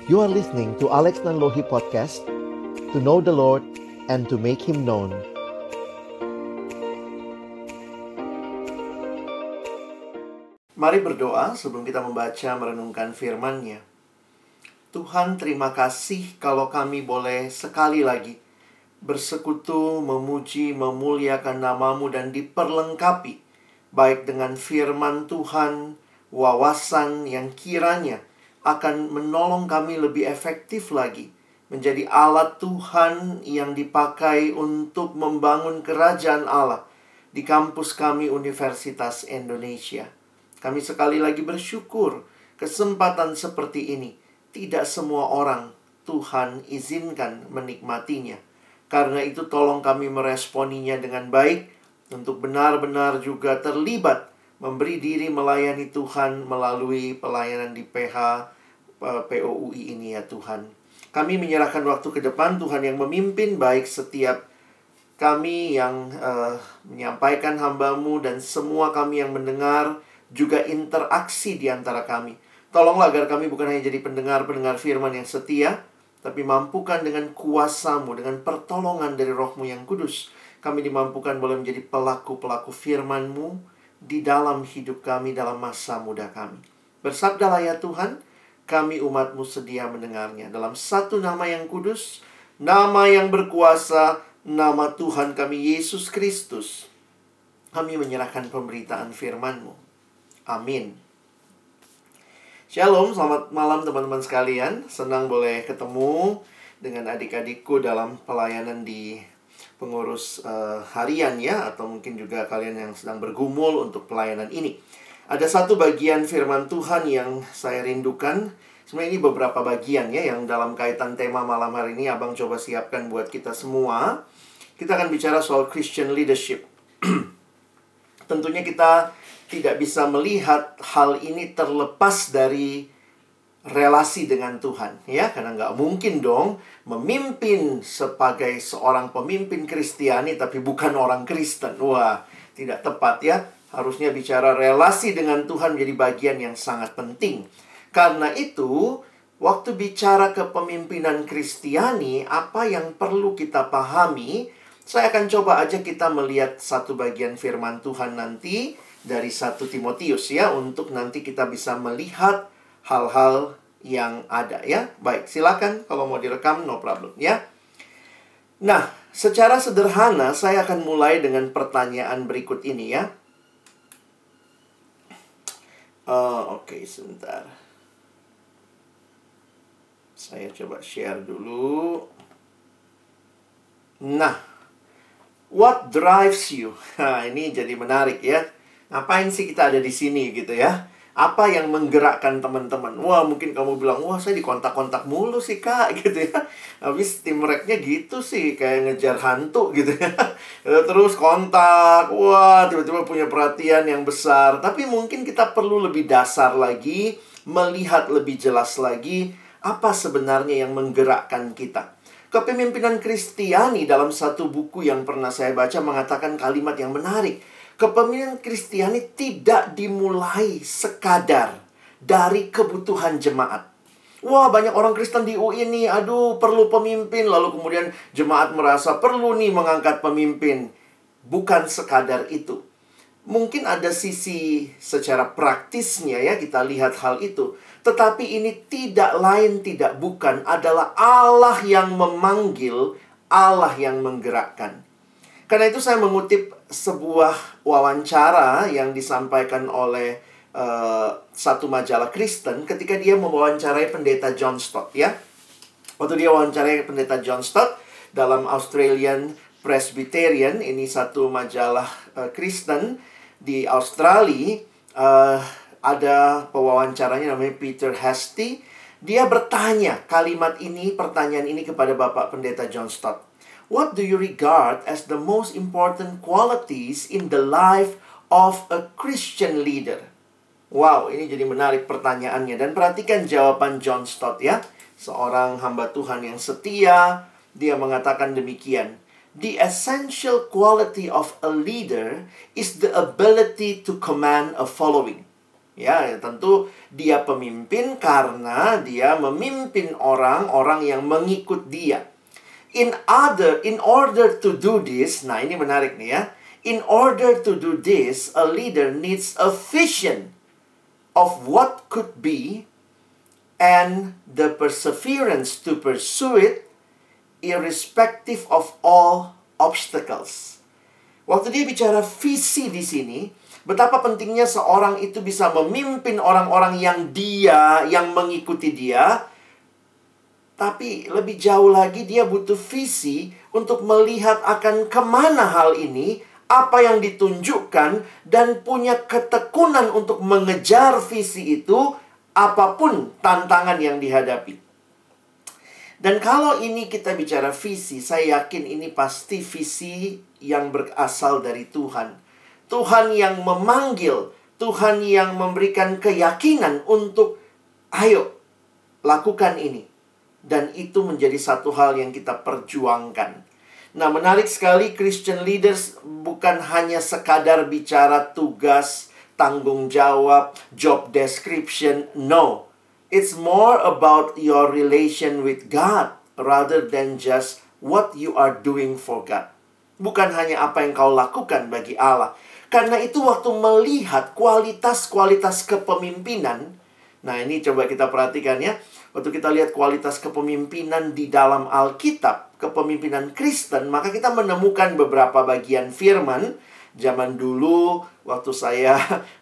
You are listening to Alex Nanlohi Podcast, to know the Lord and to make Him known. Mari berdoa sebelum kita membaca merenungkan firman-Nya. Tuhan, terima kasih kalau kami boleh sekali lagi bersekutu, memuji, memuliakan nama-Mu dan diperlengkapi baik dengan firman Tuhan, wawasan yang kiranya akan menolong kami lebih efektif lagi menjadi alat Tuhan yang dipakai untuk membangun kerajaan Allah di kampus kami Universitas Indonesia. Kami sekali lagi bersyukur kesempatan seperti ini tidak semua orang Tuhan izinkan menikmatinya. Karena itu tolong kami meresponinya dengan baik untuk benar-benar juga terlibat memberi diri melayani Tuhan melalui pelayanan di POUI ini ya Tuhan. Kami menyerahkan waktu ke depan Tuhan yang memimpin baik setiap kami yang menyampaikan hamba-Mu dan semua kami yang mendengar, juga interaksi di antara kami. Tolonglah agar kami bukan hanya jadi pendengar-pendengar firman yang setia, tapi mampukan dengan kuasa-Mu, dengan pertolongan dari Roh-Mu yang kudus, kami dimampukan boleh menjadi pelaku-pelaku firman-Mu di dalam hidup kami, dalam masa muda kami. Bersabdalah ya Tuhan, kami umat-Mu sedia mendengarnya. Dalam satu nama yang kudus, nama yang berkuasa, nama Tuhan kami Yesus Kristus, kami menyerahkan pemberitaan firman-Mu. Amin. Shalom, selamat malam teman-teman sekalian. Senang boleh ketemu dengan adik-adikku dalam pelayanan di pengurus harian ya, atau mungkin juga kalian yang sedang bergumul untuk pelayanan ini. Ada satu bagian firman Tuhan yang saya rindukan. Sebenarnya ini beberapa bagian ya, yang dalam kaitan tema malam hari ini Abang coba siapkan buat kita semua. Kita akan bicara soal Christian leadership. Tentunya kita tidak bisa melihat hal ini terlepas dari relasi dengan Tuhan ya, karena nggak mungkin dong memimpin sebagai seorang pemimpin Kristiani tapi bukan orang Kristen. Wah, tidak tepat ya. Harusnya bicara relasi dengan Tuhan menjadi bagian yang sangat penting. Karena itu, waktu bicara kepemimpinan Kristiani, apa yang perlu kita pahami, saya akan coba aja kita melihat satu bagian firman Tuhan nanti dari 1 Timotius ya, untuk nanti kita bisa melihat hal-hal yang ada ya. Baik, silakan kalau mau direkam, no problem ya. Nah, secara sederhana saya akan mulai dengan pertanyaan berikut ini ya. Oke, sebentar. Saya coba share dulu. Nah, what drives you? Nah, ini jadi menarik ya. Ngapain sih kita ada di sini gitu ya? Apa yang menggerakkan teman-teman? Wah, mungkin kamu bilang, wah saya dikontak-kontak mulu sih kak gitu ya. Habis tim reknya gitu sih, kayak ngejar hantu gitu ya. Terus kontak, wah tiba-tiba punya perhatian yang besar. Tapi mungkin kita perlu lebih dasar lagi, melihat lebih jelas lagi apa sebenarnya yang menggerakkan kita. Kepemimpinan Kristiani dalam satu buku yang pernah saya baca mengatakan kalimat yang menarik. Kepemimpinan Kristiani tidak dimulai sekadar dari kebutuhan jemaat. Wah, banyak orang Kristen di UI nih, aduh perlu pemimpin. Lalu kemudian jemaat merasa perlu nih mengangkat pemimpin. Bukan sekadar itu. Mungkin ada sisi secara praktisnya ya, kita lihat hal itu. Tetapi ini tidak lain, tidak bukan adalah Allah yang memanggil, Allah yang menggerakkan. Karena itu saya mengutip sebuah wawancara yang disampaikan oleh satu majalah Kristen ketika dia mewawancarai pendeta John Stott ya. Waktu dia wawancarai pendeta John Stott dalam Australian Presbyterian, ini satu majalah Kristen di Australia, ada pewawancaranya namanya Peter Hasty. Dia bertanya pertanyaan ini kepada Bapak Pendeta John Stott. What do you regard as the most important qualities in the life of a Christian leader? Wow, ini jadi menarik pertanyaannya. Dan perhatikan jawaban John Stott ya. Seorang hamba Tuhan yang setia. Dia mengatakan demikian. The essential quality of a leader is the ability to command a following. Ya, tentu dia pemimpin karena dia memimpin orang-orang yang mengikut dia. In order to do this, nah ini menarik nih ya. In order to do this, a leader needs a vision of what could be and the perseverance to pursue it irrespective of all obstacles. Waktu dia bicara visi di sini, betapa pentingnya seorang itu bisa memimpin orang-orang yang mengikuti dia. Tapi lebih jauh lagi dia butuh visi untuk melihat akan kemana hal ini, apa yang ditunjukkan, dan punya ketekunan untuk mengejar visi itu, apapun tantangan yang dihadapi. Dan kalau ini kita bicara visi, saya yakin ini pasti visi yang berasal dari Tuhan. Tuhan yang memanggil, Tuhan yang memberikan keyakinan untuk, ayo, lakukan ini. Dan itu menjadi satu hal yang kita perjuangkan. Nah, menarik sekali Christian leaders bukan hanya sekadar bicara tugas, tanggung jawab, job description. No. It's more about your relation with God rather than just what you are doing for God. Bukan hanya apa yang kau lakukan bagi Allah. Karena itu waktu melihat kualitas-kualitas kepemimpinan, nah ini coba kita perhatikan ya. Waktu kita lihat kualitas kepemimpinan di dalam Alkitab, kepemimpinan Kristen, maka kita menemukan beberapa bagian firman. Zaman dulu, waktu saya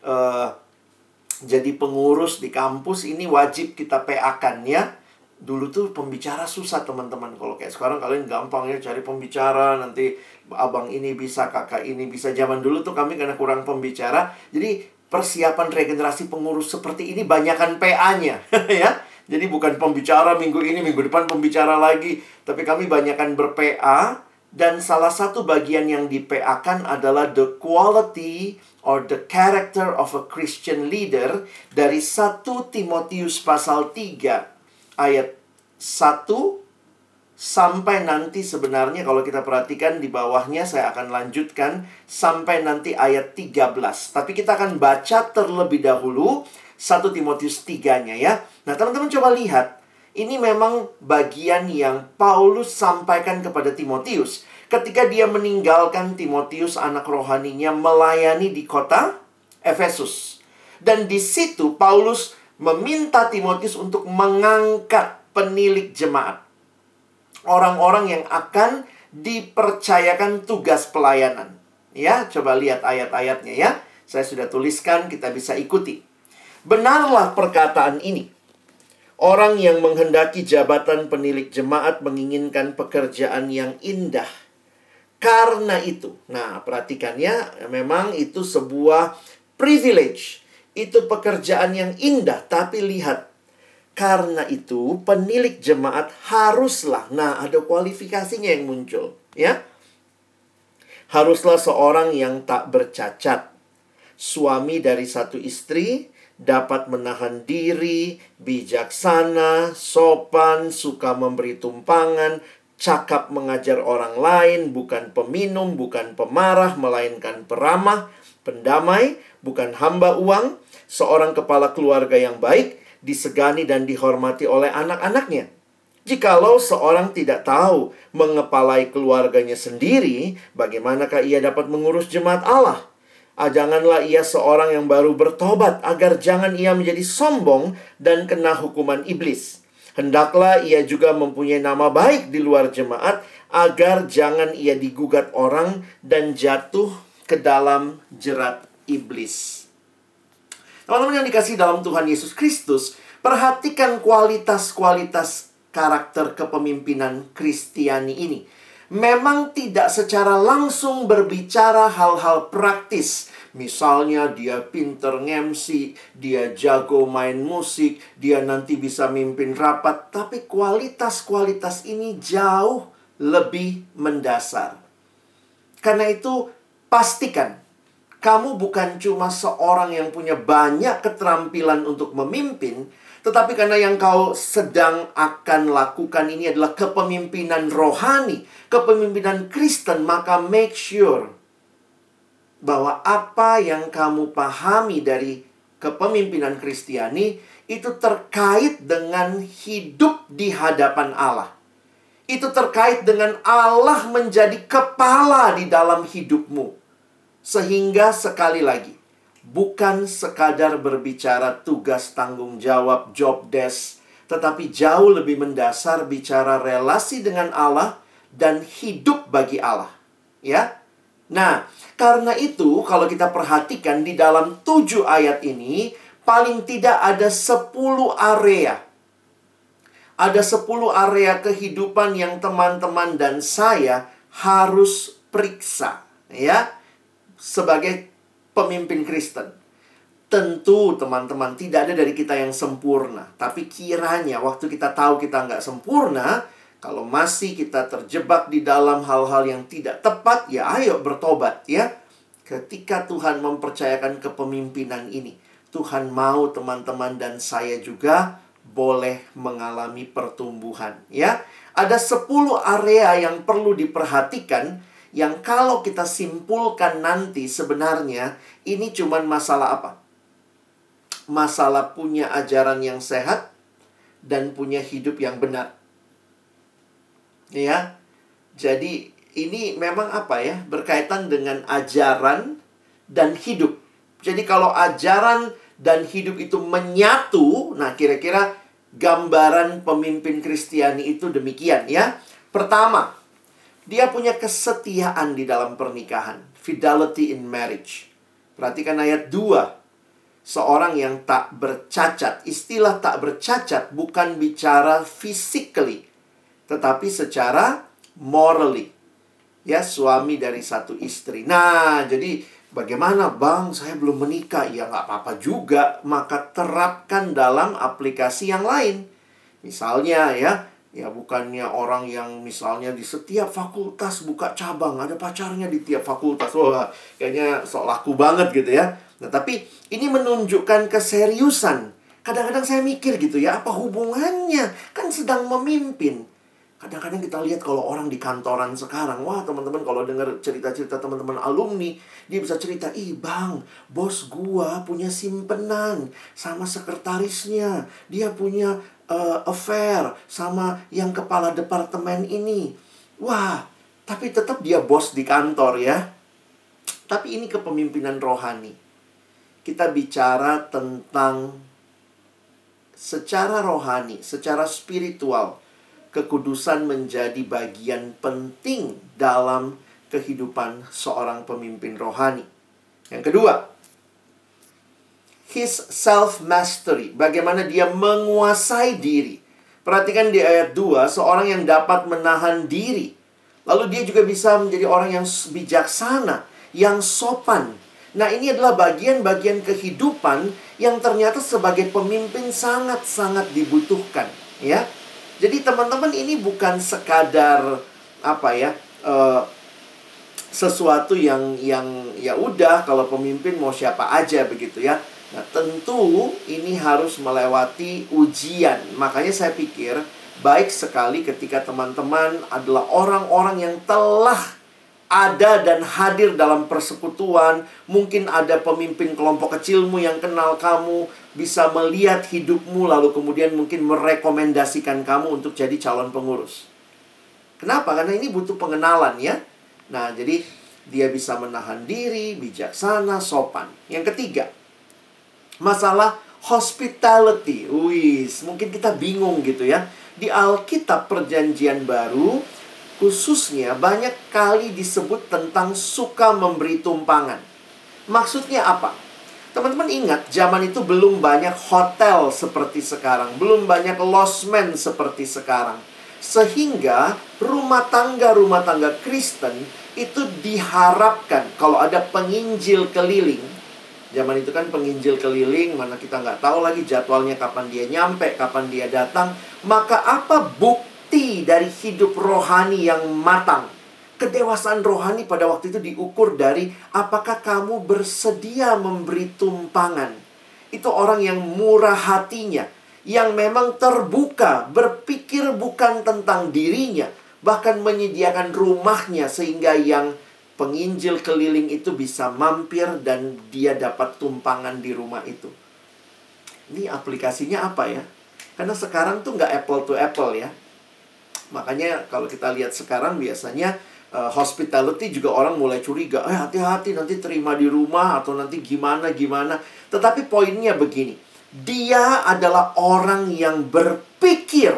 jadi pengurus di kampus, ini wajib kita PA-kan ya. Dulu tuh pembicara susah teman-teman. Kalau kayak sekarang kalian gampang ya cari pembicara. Nanti abang ini bisa, kakak ini bisa. Zaman dulu tuh kami karena kurang pembicara. Jadi persiapan regenerasi pengurus seperti ini banyakan PA-nya ya. Jadi bukan pembicara minggu ini, minggu depan pembicara lagi. Tapi kami banyakan ber-PA. Dan salah satu bagian yang di-PA-kan adalah the quality or the character of a Christian leader. Dari 1 Timotius pasal 3 ayat 1 sampai nanti sebenarnya kalau kita perhatikan di bawahnya saya akan lanjutkan sampai nanti ayat 13. Tapi kita akan baca terlebih dahulu 1 Timotius 3-nya ya. Nah, teman-teman coba lihat. Ini memang bagian yang Paulus sampaikan kepada Timotius ketika dia meninggalkan Timotius anak rohaninya melayani di kota Efesus. Dan di situ Paulus meminta Timotius untuk mengangkat penilik jemaat. Orang-orang yang akan dipercayakan tugas pelayanan. Ya, coba lihat ayat-ayatnya ya. Saya sudah tuliskan, kita bisa ikuti. Benarlah perkataan ini. Orang yang menghendaki jabatan penilik jemaat menginginkan pekerjaan yang indah. Karena itu, nah perhatikan ya, memang itu sebuah privilege. Itu pekerjaan yang indah, tapi lihat. Karena itu, penilik jemaat haruslah, nah ada kualifikasinya yang muncul, ya. Haruslah seorang yang tak bercacat. Suami dari satu istri, dapat menahan diri, bijaksana, sopan, suka memberi tumpangan, cakap mengajar orang lain, bukan peminum, bukan pemarah, melainkan peramah, pendamai, bukan hamba uang, seorang kepala keluarga yang baik, disegani dan dihormati oleh anak-anaknya. Jikalau seorang tidak tahu mengepalai keluarganya sendiri, bagaimanakah ia dapat mengurus jemaat Allah? Janganlah ia seorang yang baru bertobat, agar jangan ia menjadi sombong dan kena hukuman iblis. Hendaklah ia juga mempunyai nama baik di luar jemaat, agar jangan ia digugat orang dan jatuh ke dalam jerat iblis. Teman-teman yang dikasihi dalam Tuhan Yesus Kristus, perhatikan kualitas-kualitas karakter kepemimpinan Kristiani ini. Memang tidak secara langsung berbicara hal-hal praktis. Misalnya dia pinter nge-MC, dia jago main musik, dia nanti bisa mimpin rapat. Tapi kualitas-kualitas ini jauh lebih mendasar. Karena itu pastikan kamu bukan cuma seorang yang punya banyak keterampilan untuk memimpin, tetapi karena yang kau sedang akan lakukan ini adalah kepemimpinan rohani, kepemimpinan Kristen, maka make sure bahwa apa yang kamu pahami dari kepemimpinan Kristiani itu terkait dengan hidup di hadapan Allah. Itu terkait dengan Allah menjadi kepala di dalam hidupmu. Sehingga sekali lagi, bukan sekadar berbicara tugas tanggung jawab, job desk, tetapi jauh lebih mendasar bicara relasi dengan Allah dan hidup bagi Allah. Ya. Nah, karena itu kalau kita perhatikan di dalam 7 ayat ini, paling tidak ada 10 area. Ada 10 area kehidupan yang teman-teman dan saya harus periksa, ya, sebagai pemimpin Kristen. Tentu teman-teman tidak ada dari kita yang sempurna. Tapi kiranya waktu kita tahu kita nggak sempurna, kalau masih kita terjebak di dalam hal-hal yang tidak tepat, ya ayo bertobat ya. Ketika Tuhan mempercayakan kepemimpinan ini, Tuhan mau teman-teman dan saya juga boleh mengalami pertumbuhan ya. Ada 10 area yang perlu diperhatikan, yang kalau kita simpulkan nanti sebenarnya ini cuman masalah apa? Masalah punya ajaran yang sehat dan punya hidup yang benar. Ya. Jadi ini memang apa ya? Berkaitan dengan ajaran dan hidup. Jadi kalau ajaran dan hidup itu menyatu, nah kira-kira gambaran pemimpin Kristiani itu demikian ya. Pertama, dia punya kesetiaan di dalam pernikahan. Fidelity in marriage. Perhatikan ayat 2. Seorang yang tak bercacat. Istilah tak bercacat bukan bicara physically, tetapi secara morally. Ya, suami dari satu istri. Nah, jadi bagaimana bang? Saya belum menikah. Ya nggak apa-apa juga. Maka terapkan dalam aplikasi yang lain. Misalnya ya bukannya orang yang misalnya di setiap fakultas buka cabang. Ada pacarnya di tiap fakultas. Wah, kayaknya sok laku banget gitu ya. Nah, tapi ini menunjukkan keseriusan. Kadang-kadang saya mikir gitu ya, apa hubungannya? Kan sedang memimpin. Kadang-kadang kita lihat kalau orang di kantoran sekarang, wah teman-teman kalau dengar cerita-cerita teman-teman alumni, dia bisa cerita, ih bang, bos gua punya simpenan sama sekretarisnya. Dia punya affair sama yang kepala departemen ini. Wah, tapi tetap dia bos di kantor ya. Tapi ini kepemimpinan rohani. Kita bicara tentang secara rohani, secara spiritual, kekudusan menjadi bagian penting dalam kehidupan seorang pemimpin rohani. Yang kedua, his self-mastery. Bagaimana dia menguasai diri. Perhatikan di ayat 2, seorang yang dapat menahan diri. Lalu dia juga bisa menjadi orang yang bijaksana, yang sopan. Nah, ini adalah bagian-bagian kehidupan yang ternyata sebagai pemimpin sangat-sangat dibutuhkan, ya. Jadi teman-teman ini bukan sekadar sesuatu yang ya udah kalau pemimpin mau siapa aja begitu ya. Nah, tentu ini harus melewati ujian. Makanya saya pikir baik sekali ketika teman-teman adalah orang-orang yang telah ada dan hadir dalam persekutuan. Mungkin ada pemimpin kelompok kecilmu yang kenal kamu, bisa melihat hidupmu, lalu kemudian mungkin merekomendasikan kamu untuk jadi calon pengurus. Kenapa? Karena ini butuh pengenalan ya. Nah, jadi dia bisa menahan diri, bijaksana, sopan. Yang ketiga, masalah hospitality. Mungkin kita bingung gitu ya. Di Alkitab Perjanjian Baru, khususnya banyak kali disebut tentang suka memberi tumpangan. Maksudnya apa? Teman-teman ingat, zaman itu belum banyak hotel seperti sekarang. Belum banyak losmen seperti sekarang. Sehingga rumah tangga Kristen itu diharapkan kalau ada penginjil keliling. Zaman itu kan penginjil keliling, mana kita nggak tahu lagi jadwalnya kapan dia nyampe, kapan dia datang. Maka apa bukti dari hidup rohani yang matang? Kedewasaan rohani pada waktu itu diukur dari apakah kamu bersedia memberi tumpangan. Itu orang yang murah hatinya, yang memang terbuka, berpikir bukan tentang dirinya, bahkan menyediakan rumahnya sehingga yang penginjil keliling itu bisa mampir dan dia dapat tumpangan di rumah itu. Ini aplikasinya apa ya? Karena sekarang tuh nggak apple to apple ya. Makanya kalau kita lihat sekarang biasanya hospitality juga orang mulai curiga. Hati-hati nanti terima di rumah atau nanti gimana-gimana. Tetapi poinnya begini. Dia adalah orang yang berpikir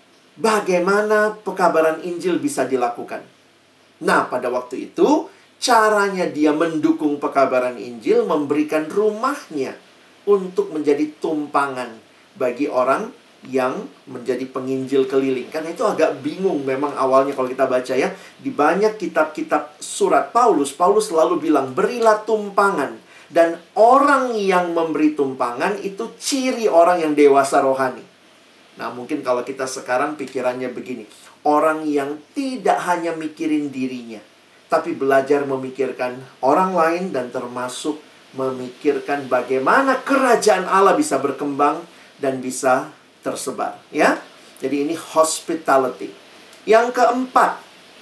bagaimana pekabaran Injil bisa dilakukan. Nah, pada waktu itu, caranya dia mendukung pekabaran Injil, memberikan rumahnya untuk menjadi tumpangan bagi orang yang menjadi penginjil keliling. Karena itu agak bingung memang awalnya kalau kita baca ya. Di banyak kitab-kitab surat Paulus selalu bilang, berilah tumpangan. Dan orang yang memberi tumpangan itu ciri orang yang dewasa rohani. Nah, mungkin kalau kita sekarang pikirannya begini. Orang yang tidak hanya mikirin dirinya, tapi belajar memikirkan orang lain dan termasuk memikirkan bagaimana kerajaan Allah bisa berkembang dan bisa tersebar. Ya, jadi ini hospitality. Yang keempat,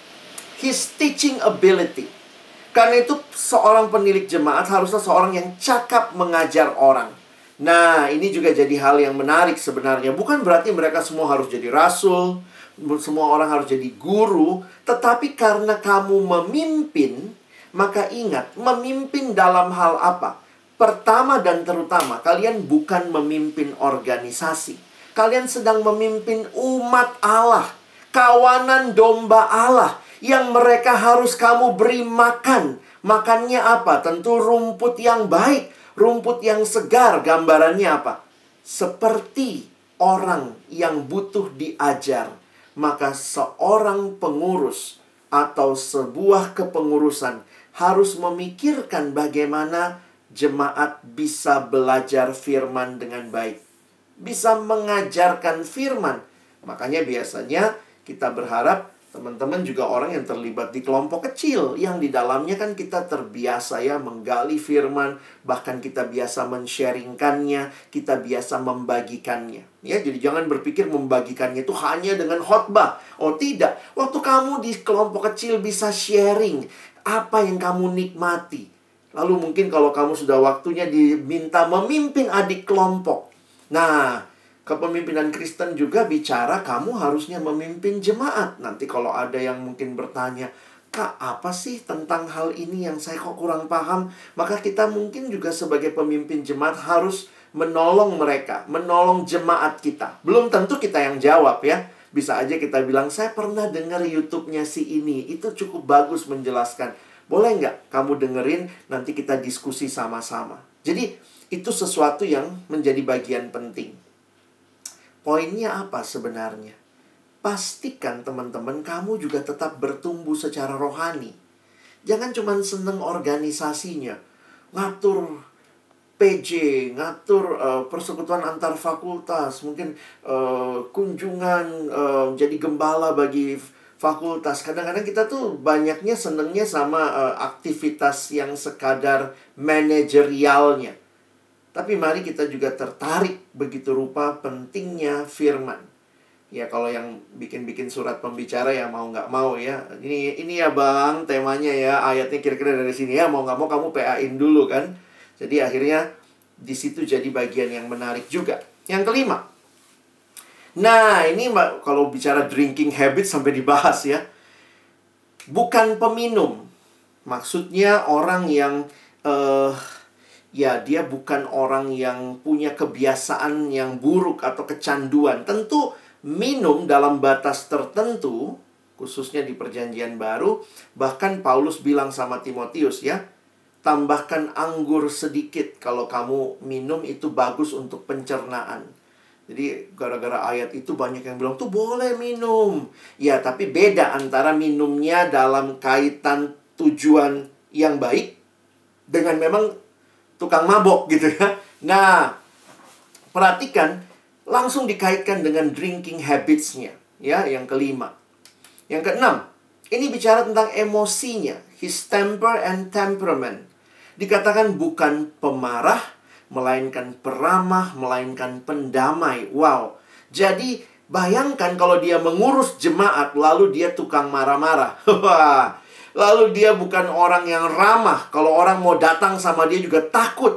his teaching ability. Karena itu seorang penilik jemaat harusnya seorang yang cakap mengajar orang. Nah, ini juga jadi hal yang menarik sebenarnya. Bukan berarti mereka semua harus jadi rasul, semua orang harus jadi guru. Tetapi karena kamu memimpin, maka ingat, memimpin dalam hal apa? Pertama dan terutama, kalian bukan memimpin organisasi. Kalian sedang memimpin umat Allah, kawanan domba Allah, yang mereka harus kamu beri makan. Makannya apa? Tentu rumput yang baik, rumput yang segar. Gambarannya apa? Seperti orang yang butuh diajar. Maka seorang pengurus atau sebuah kepengurusan harus memikirkan bagaimana jemaat bisa belajar firman dengan baik, bisa mengajarkan firman. Makanya biasanya kita berharap teman-teman juga orang yang terlibat di kelompok kecil, yang di dalamnya kan kita terbiasa ya menggali firman, bahkan kita biasa men-sharingkannya, kita biasa membagikannya. Ya, jadi jangan berpikir membagikannya itu hanya dengan khotbah. Oh tidak, waktu kamu di kelompok kecil bisa sharing apa yang kamu nikmati. Lalu mungkin kalau kamu sudah waktunya diminta memimpin adik kelompok. Nah, kepemimpinan Kristen juga bicara kamu harusnya memimpin jemaat. Nanti kalau ada yang mungkin bertanya, Kak, apa sih tentang hal ini yang saya kok kurang paham? Maka kita mungkin juga sebagai pemimpin jemaat harus menolong mereka, menolong jemaat kita. Belum tentu kita yang jawab ya. Bisa aja kita bilang, saya pernah dengar YouTube-nya si ini, itu cukup bagus menjelaskan. Boleh nggak kamu dengerin, nanti kita diskusi sama-sama. Jadi itu sesuatu yang menjadi bagian penting. Poinnya apa sebenarnya? Pastikan teman-teman kamu juga tetap bertumbuh secara rohani. Jangan cuma seneng organisasinya. Ngatur PJ, ngatur persekutuan antar fakultas. Mungkin kunjungan jadi gembala bagi fakultas. Kadang-kadang kita tuh banyaknya senengnya sama aktivitas yang sekadar manajerialnya. Tapi mari kita juga tertarik begitu rupa pentingnya firman. Ya kalau yang bikin-bikin surat pembicara ya mau nggak mau ya. Ini ya bang temanya ya, ayatnya kira-kira dari sini ya. Mau nggak mau kamu PA-in dulu kan. Jadi akhirnya di situ jadi bagian yang menarik juga. Yang kelima. Nah ini kalau bicara drinking habit sampai dibahas ya. Bukan peminum. Maksudnya orang yang ya, dia bukan orang yang punya kebiasaan yang buruk atau kecanduan. Tentu minum dalam batas tertentu, khususnya di Perjanjian Baru. Bahkan Paulus bilang sama Timotius ya, tambahkan anggur sedikit. Kalau kamu minum itu bagus untuk pencernaan. Jadi gara-gara ayat itu banyak yang bilang, tuh boleh minum. Ya, tapi beda antara minumnya dalam kaitan tujuan yang baik dengan memang tukang mabok gitu ya. Nah, perhatikan, langsung dikaitkan dengan drinking habits-nya. Ya, yang kelima. Yang keenam, ini bicara tentang emosinya. His temper and temperament. Dikatakan bukan pemarah, melainkan peramah, melainkan pendamai. Wow. Jadi, bayangkan kalau dia mengurus jemaat, lalu dia tukang marah-marah. Wah. Lalu dia bukan orang yang ramah. Kalau orang mau datang sama dia juga takut.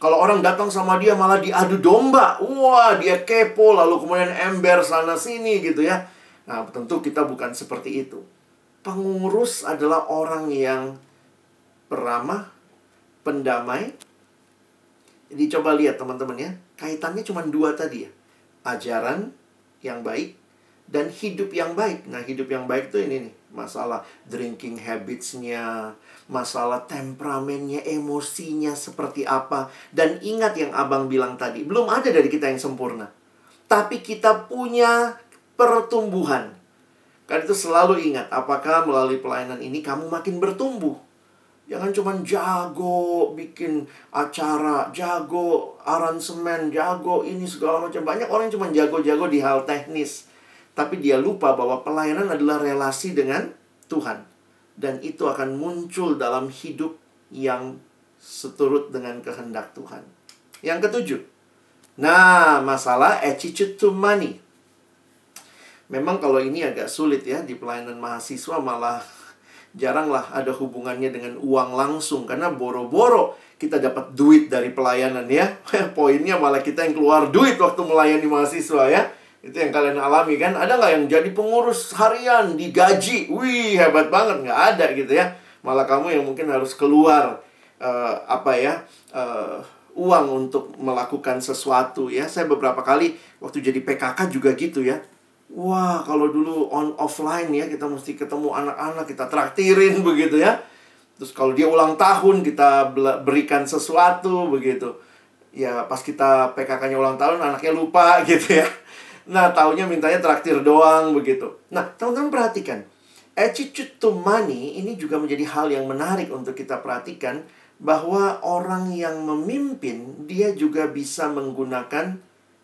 Kalau orang datang sama dia malah diadu domba. Wah, dia kepo, lalu kemudian ember sana-sini gitu ya. Nah, tentu kita bukan seperti itu. Pengurus adalah orang yang peramah, pendamai. Jadi coba lihat teman-teman ya. Kaitannya cuma dua tadi ya. Ajaran yang baik dan hidup yang baik. Nah, hidup yang baik tuh ini nih. Masalah drinking habits-nya, masalah temperamennya, emosinya seperti apa. Dan ingat yang abang bilang tadi, belum ada dari kita yang sempurna. Tapi kita punya pertumbuhan. Karena itu selalu ingat, apakah melalui pelayanan ini kamu makin bertumbuh. Jangan cuma jago bikin acara, jago aransemen, jago ini segala macam. Banyak orang yang cuma jago-jago di hal teknis. Tapi dia lupa bahwa pelayanan adalah relasi dengan Tuhan. Dan itu akan muncul dalam hidup yang seturut dengan kehendak Tuhan. Yang ketujuh. Nah, masalah attitude to money. Memang kalau ini agak sulit ya. Di pelayanan mahasiswa malah jaranglah ada hubungannya dengan uang langsung. Karena boro-boro kita dapat duit dari pelayanan ya. Poinnya malah kita yang keluar duit waktu melayani mahasiswa ya. Itu yang kalian alami kan? Ada nggak yang jadi pengurus harian, digaji? Wih, hebat banget. Nggak ada gitu ya. Malah kamu yang mungkin harus keluar uang untuk melakukan sesuatu ya. Saya beberapa kali waktu jadi PKK juga gitu ya. Wah, kalau dulu offline ya, kita mesti ketemu anak-anak, kita traktirin begitu ya. Terus kalau dia ulang tahun, kita berikan sesuatu begitu. Ya, pas kita PKK-nya ulang tahun, anaknya lupa gitu ya. Nah, taunya mintanya traktir doang begitu. Nah, teman-teman perhatikan. Attitude to money ini juga menjadi hal yang menarik untuk kita perhatikan. Bahwa orang yang memimpin, dia juga bisa menggunakan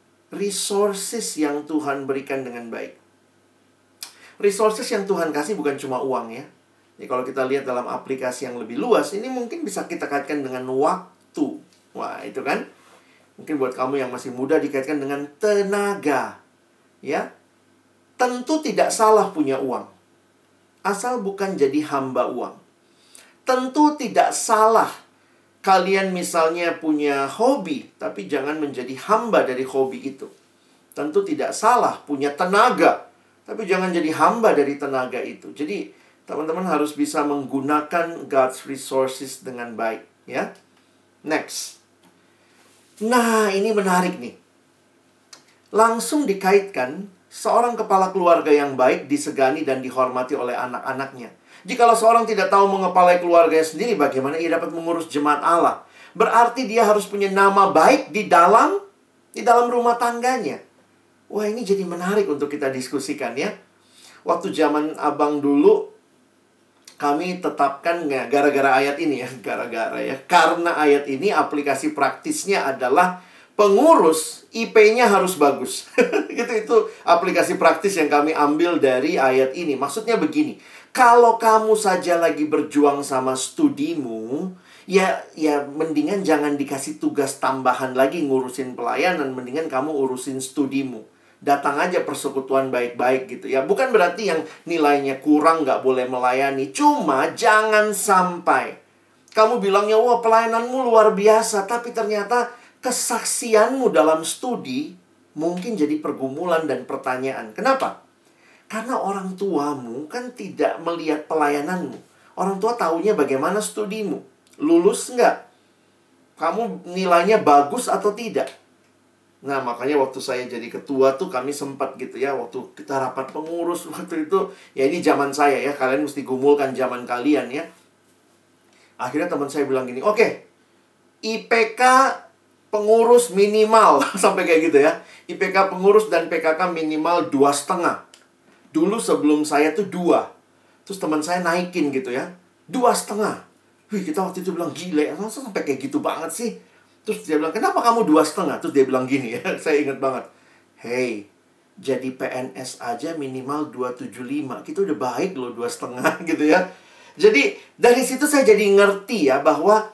resources yang Tuhan berikan dengan baik. Resources yang Tuhan kasih bukan cuma uang ya. Jadi kalau kita lihat dalam aplikasi yang lebih luas, ini mungkin bisa kita kaitkan dengan waktu. Wah, itu kan. Mungkin buat kamu yang masih muda dikaitkan dengan tenaga. Ya, tentu tidak salah punya uang. Asal bukan jadi hamba uang. Tentu tidak salah kalian misalnya punya hobi, tapi jangan menjadi hamba dari hobi itu. Tentu tidak salah punya tenaga, tapi jangan jadi hamba dari tenaga itu. Jadi, teman-teman harus bisa menggunakan God's resources dengan baik. Ya, next. Nah, ini menarik nih. Langsung dikaitkan, seorang kepala keluarga yang baik disegani dan dihormati oleh anak-anaknya. Jikalau seorang tidak tahu mengepalai keluarganya sendiri, bagaimana ia dapat mengurus jemaat Allah? Berarti dia harus punya nama baik di dalam rumah tangganya. Wah, ini jadi menarik untuk kita diskusikan ya. Waktu zaman abang dulu, kami tetapkan gara-gara ayat ini ya. Karena ayat ini aplikasi praktisnya adalah pengurus IP-nya harus bagus. Itu aplikasi praktis yang kami ambil dari ayat ini. Maksudnya begini, kalau kamu saja lagi berjuang sama studimu, ya mendingan jangan dikasih tugas tambahan lagi ngurusin pelayanan, mendingan kamu urusin studimu. Datang aja persekutuan baik-baik gitu ya. Bukan berarti yang nilainya kurang nggak boleh melayani. Cuma jangan sampai kamu bilangnya, wah pelayananmu luar biasa, tapi ternyata kesaksianmu dalam studi mungkin jadi pergumulan dan pertanyaan. Kenapa? Karena orang tuamu kan tidak melihat pelayananmu. Orang tua taunya bagaimana studimu. Lulus nggak? Kamu nilainya bagus atau tidak? Nah, makanya waktu saya jadi ketua tuh kami sempat gitu ya. Waktu kita rapat pengurus waktu itu. Ya ini zaman saya ya. Kalian mesti gumulkan zaman kalian ya. Akhirnya teman saya bilang gini, oke, IPK pengurus minimal. Sampai kayak gitu ya. IPK pengurus dan PKK minimal 2,5. Dulu sebelum saya tuh 2. Terus teman saya naikin gitu ya. 2,5. Wih, kita waktu itu bilang, gila, masa sampai kayak gitu banget sih? Terus dia bilang, kenapa kamu 2,5? Terus dia bilang gini ya, saya ingat banget. Hey, jadi PNS aja minimal 275. Kita udah baik loh 2,5 gitu ya. Jadi dari situ saya jadi ngerti ya bahwa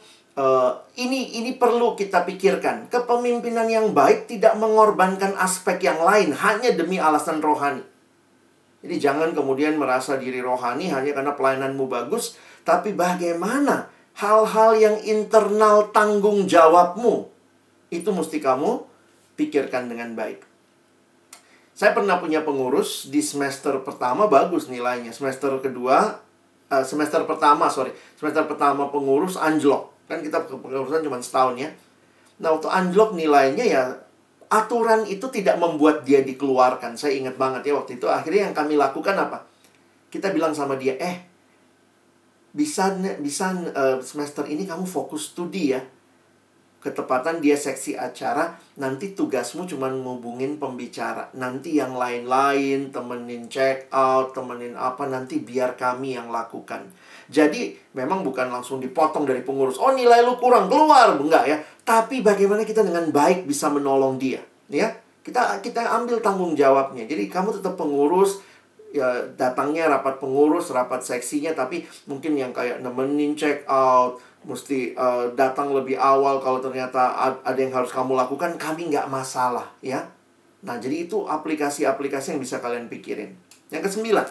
ini perlu kita pikirkan. Kepemimpinan yang baik tidak mengorbankan aspek yang lain hanya demi alasan rohani. Jadi jangan kemudian merasa diri rohani hanya karena pelayananmu bagus. Tapi bagaimana hal-hal yang internal tanggung jawabmu Itu mesti kamu pikirkan dengan baik. Saya pernah punya pengurus di semester pertama bagus nilainya. Semester pertama pengurus anjlok. Kan kita pengurusan cuma setahun ya. Nah, waktu anjlok nilainya ya, aturan itu tidak membuat dia dikeluarkan. Saya ingat banget ya waktu itu. Akhirnya yang kami lakukan apa? Kita bilang sama dia, bisa semester ini kamu fokus studi ya. Ketepatan dia seksi acara, nanti tugasmu cuma ngubungin pembicara. Nanti yang lain-lain, temenin check out, temenin apa, nanti biar kami yang lakukan. Jadi, memang bukan langsung dipotong dari pengurus. Oh, nilai lu kurang, keluar. Enggak ya. Tapi bagaimana kita dengan baik bisa menolong dia. Ya, kita ambil tanggung jawabnya. Jadi, kamu tetap pengurus, ya datangnya rapat pengurus, rapat seksinya, tapi mungkin yang kayak nemenin check out, mesti datang lebih awal kalau ternyata ada yang harus kamu lakukan, kami nggak masalah ya. Nah, jadi itu aplikasi-aplikasi yang bisa kalian pikirin. Yang ke-9,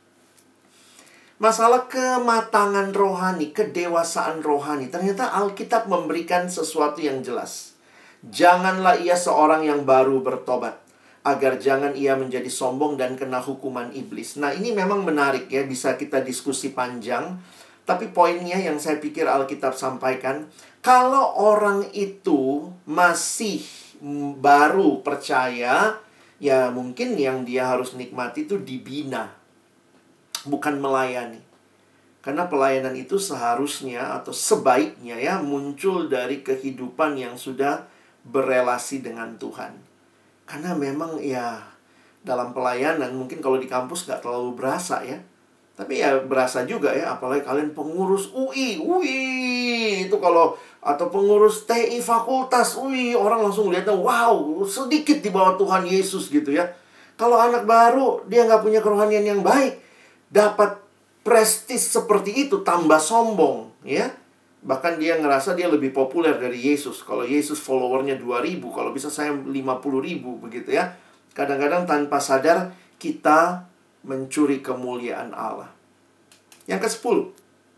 masalah kematangan rohani, kedewasaan rohani. Ternyata Alkitab memberikan sesuatu yang jelas. Janganlah ia seorang yang baru bertobat, agar jangan ia menjadi sombong dan kena hukuman iblis. Nah, ini memang menarik ya, bisa kita diskusi panjang. Tapi poinnya yang saya pikir Alkitab sampaikan, kalau orang itu masih baru percaya, ya mungkin yang dia harus nikmati itu dibina, bukan melayani. Karena pelayanan itu seharusnya atau sebaiknya ya muncul dari kehidupan yang sudah berelasi dengan Tuhan. Karena memang ya dalam pelayanan mungkin kalau di kampus gak terlalu berasa ya. Tapi ya berasa juga ya, apalagi kalian pengurus UI itu kalau, atau pengurus TI fakultas UI, orang langsung lihatnya, wow, sedikit di bawah Tuhan Yesus gitu ya. Kalau anak baru, dia nggak punya kerohanian yang baik, dapat prestis seperti itu, tambah sombong ya. Bahkan dia ngerasa dia lebih populer dari Yesus. Kalau Yesus followernya 2.000, kalau bisa saya 50.000 begitu ya. Kadang-kadang tanpa sadar kita mencuri kemuliaan Allah. Yang ke-10,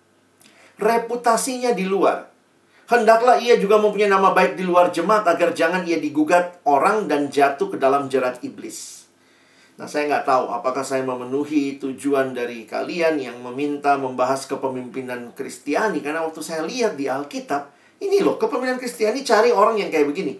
reputasinya di luar. Hendaklah ia juga mempunyai nama baik di luar jemaat, agar jangan ia digugat orang dan jatuh ke dalam jerat iblis. Nah, saya nggak tahu apakah saya memenuhi tujuan dari kalian yang meminta membahas kepemimpinan Kristiani. Karena waktu saya lihat di Alkitab, ini loh, kepemimpinan Kristiani cari orang yang kayak begini.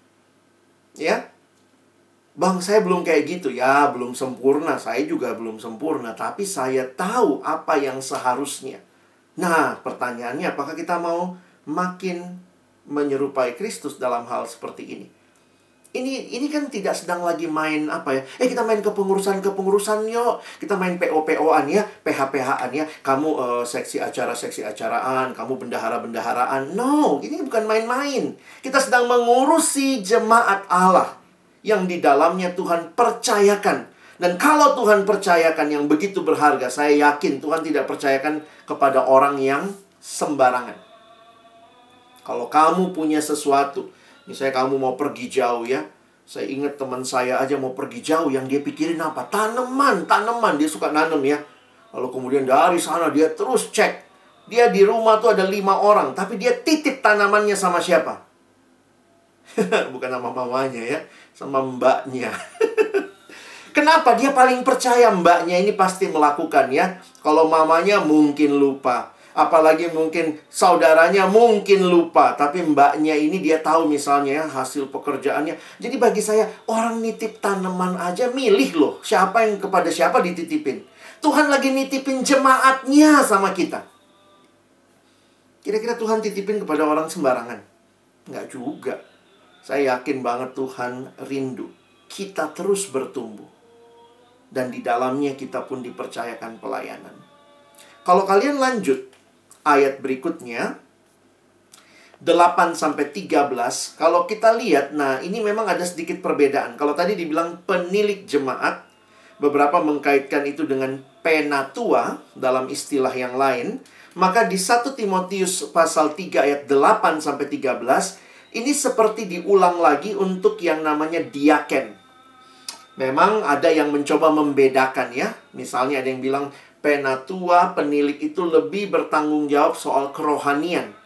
Ya, Bang, saya belum kayak gitu. Ya, belum sempurna. Saya juga belum sempurna. Tapi saya tahu apa yang seharusnya. Nah, pertanyaannya, apakah kita mau makin menyerupai Kristus dalam hal seperti ini? Ini kan tidak sedang lagi main apa ya. Kita main kepengurusan yuk. Kita main PO-PO-an ya. PH-PH-an ya. Kamu seksi acaraan. Kamu bendahara-bendaharaan. No, ini bukan main-main. Kita sedang mengurusi jemaat Allah yang di dalamnya Tuhan percayakan. Dan kalau Tuhan percayakan yang begitu berharga, saya yakin Tuhan tidak percayakan kepada orang yang sembarangan. Kalau kamu punya sesuatu, misalnya kamu mau pergi jauh ya. Saya ingat teman saya aja mau pergi jauh, yang dia pikirin apa? Tanaman. Dia suka nanam ya. Lalu kemudian dari sana dia terus cek. Dia di rumah tuh ada 5 orang, tapi dia titip tanamannya sama siapa? Bukan sama mamanya ya, sama mbaknya. Kenapa? Dia paling percaya mbaknya ini pasti melakukan ya. Kalau mamanya mungkin lupa, apalagi mungkin saudaranya mungkin lupa, tapi mbaknya ini dia tahu misalnya ya, hasil pekerjaannya. Jadi bagi saya, orang nitip tanaman aja milih loh, siapa yang kepada siapa dititipin. Tuhan lagi nitipin jemaatnya sama kita. Kira-kira Tuhan titipin kepada orang sembarangan? Enggak juga. Saya yakin banget Tuhan rindu kita terus bertumbuh. Dan di dalamnya kita pun dipercayakan pelayanan. Kalau kalian lanjut ayat berikutnya 8-13, kalau kita lihat, nah ini memang ada sedikit perbedaan. Kalau tadi dibilang penilik jemaat, beberapa mengkaitkan itu dengan penatua dalam istilah yang lain. Maka di 1 Timotius pasal 3 ayat 8-13, ini seperti diulang lagi untuk yang namanya diaken. Memang ada yang mencoba membedakan ya. Misalnya ada yang bilang penatua, penilik itu lebih bertanggung jawab soal kerohanian.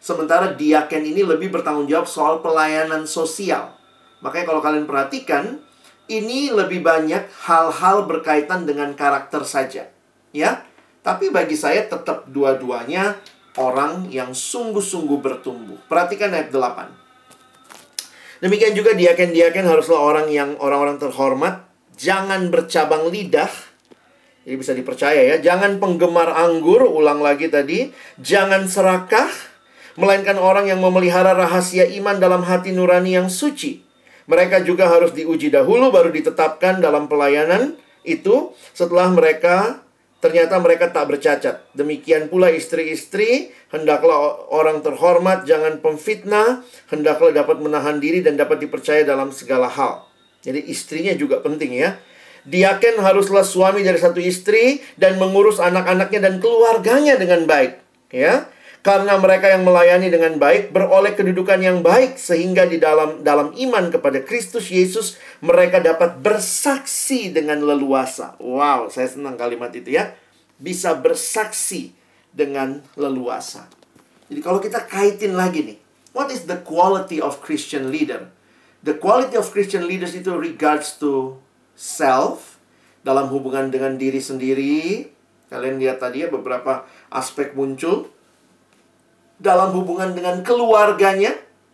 Sementara diaken ini lebih bertanggung jawab soal pelayanan sosial. Makanya kalau kalian perhatikan, ini lebih banyak hal-hal berkaitan dengan karakter saja. Ya, tapi bagi saya tetap dua-duanya orang yang sungguh-sungguh bertumbuh. Perhatikan ayat 8. Demikian juga diaken-diaken haruslah orang-orang terhormat. Jangan bercabang lidah. Jadi bisa dipercaya ya. Jangan penggemar anggur, ulang lagi tadi. Jangan serakah, melainkan orang yang memelihara rahasia iman dalam hati nurani yang suci. Mereka juga harus diuji dahulu, baru ditetapkan dalam pelayanan itu setelah ternyata mereka tak bercacat. Demikian pula istri-istri, hendaklah orang terhormat, jangan pemfitnah, hendaklah dapat menahan diri dan dapat dipercaya dalam segala hal. Jadi istrinya juga penting ya. Diaken haruslah suami dari satu istri dan mengurus anak-anaknya dan keluarganya dengan baik. Ya, karena mereka yang melayani dengan baik beroleh kedudukan yang baik, sehingga di dalam iman kepada Kristus Yesus mereka dapat bersaksi dengan leluasa. Wow, saya senang kalimat itu ya. Bisa bersaksi dengan leluasa. Jadi kalau kita kaitin lagi nih, what is the quality of Christian leader? The quality of Christian leaders itu regards to self, dalam hubungan dengan diri sendiri. Kalian lihat tadi ya beberapa aspek muncul. Dalam hubungan dengan keluarganya,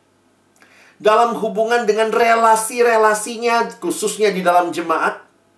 dalam hubungan dengan relasi-relasinya, khususnya di dalam jemaat,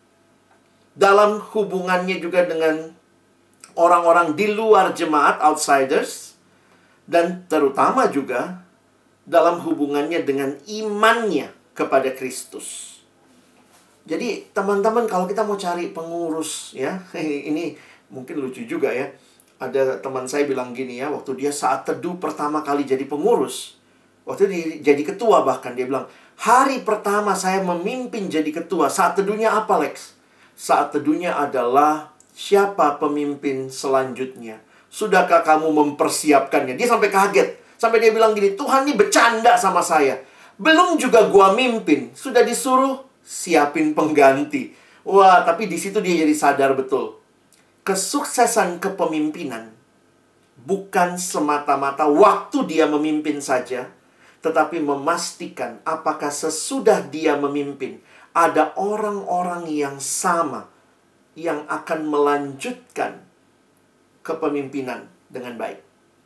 dalam hubungannya juga dengan orang-orang di luar jemaat, outsiders, dan terutama juga dalam hubungannya dengan imannya kepada Kristus. Jadi teman-teman, kalau kita mau cari pengurus ya, ini mungkin lucu juga ya. Ada teman saya bilang gini ya, waktu dia saat teduh pertama kali jadi pengurus, waktu dia jadi ketua bahkan, dia bilang, hari pertama saya memimpin jadi ketua, saat teduhnya apa Lex? Saat teduhnya adalah siapa pemimpin selanjutnya? Sudahkah kamu mempersiapkannya? Dia sampai kaget, sampai dia bilang gini, Tuhan ini bercanda sama saya. Belum juga gua mimpin, sudah disuruh siapin pengganti. Wah, tapi di situ dia jadi sadar betul. Kesuksesan kepemimpinan bukan semata-mata waktu dia memimpin saja, tetapi memastikan apakah sesudah dia memimpin ada orang-orang yang sama yang akan melanjutkan kepemimpinan dengan baik.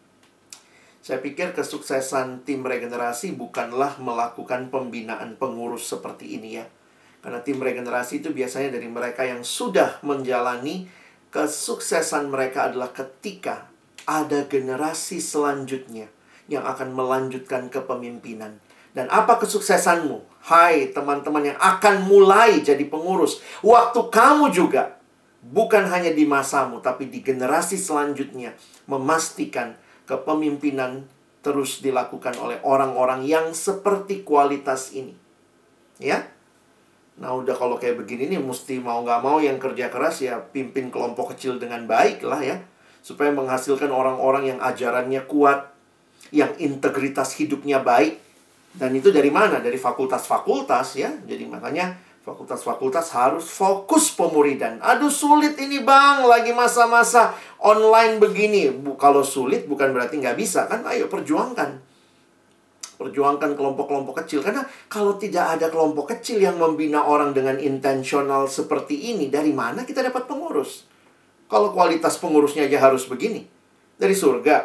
Saya pikir kesuksesan tim regenerasi bukanlah melakukan pembinaan pengurus seperti ini ya. Karena tim regenerasi itu biasanya dari mereka yang sudah menjalani. Kesuksesan mereka adalah ketika ada generasi selanjutnya yang akan melanjutkan kepemimpinan. Dan apa kesuksesanmu? Hai teman-teman yang akan mulai jadi pengurus. Waktu kamu juga, bukan hanya di masamu, tapi di generasi selanjutnya, memastikan kepemimpinan terus dilakukan oleh orang-orang yang seperti kualitas ini. Ya? Nah udah kalau kayak begini nih, mesti mau nggak mau yang kerja keras ya pimpin kelompok kecil dengan baik lah ya. Supaya menghasilkan orang-orang yang ajarannya kuat, yang integritas hidupnya baik. Dan itu dari mana? Dari fakultas-fakultas ya. Jadi makanya fakultas-fakultas harus fokus pemuridan. Aduh sulit ini bang, lagi masa-masa online begini. Kalau sulit bukan berarti nggak bisa kan, ayo perjuangkan. Perjuangkan kelompok-kelompok kecil. Karena kalau tidak ada kelompok kecil yang membina orang dengan intensional seperti ini, dari mana kita dapat pengurus? Kalau kualitas pengurusnya aja harus begini. Dari surga.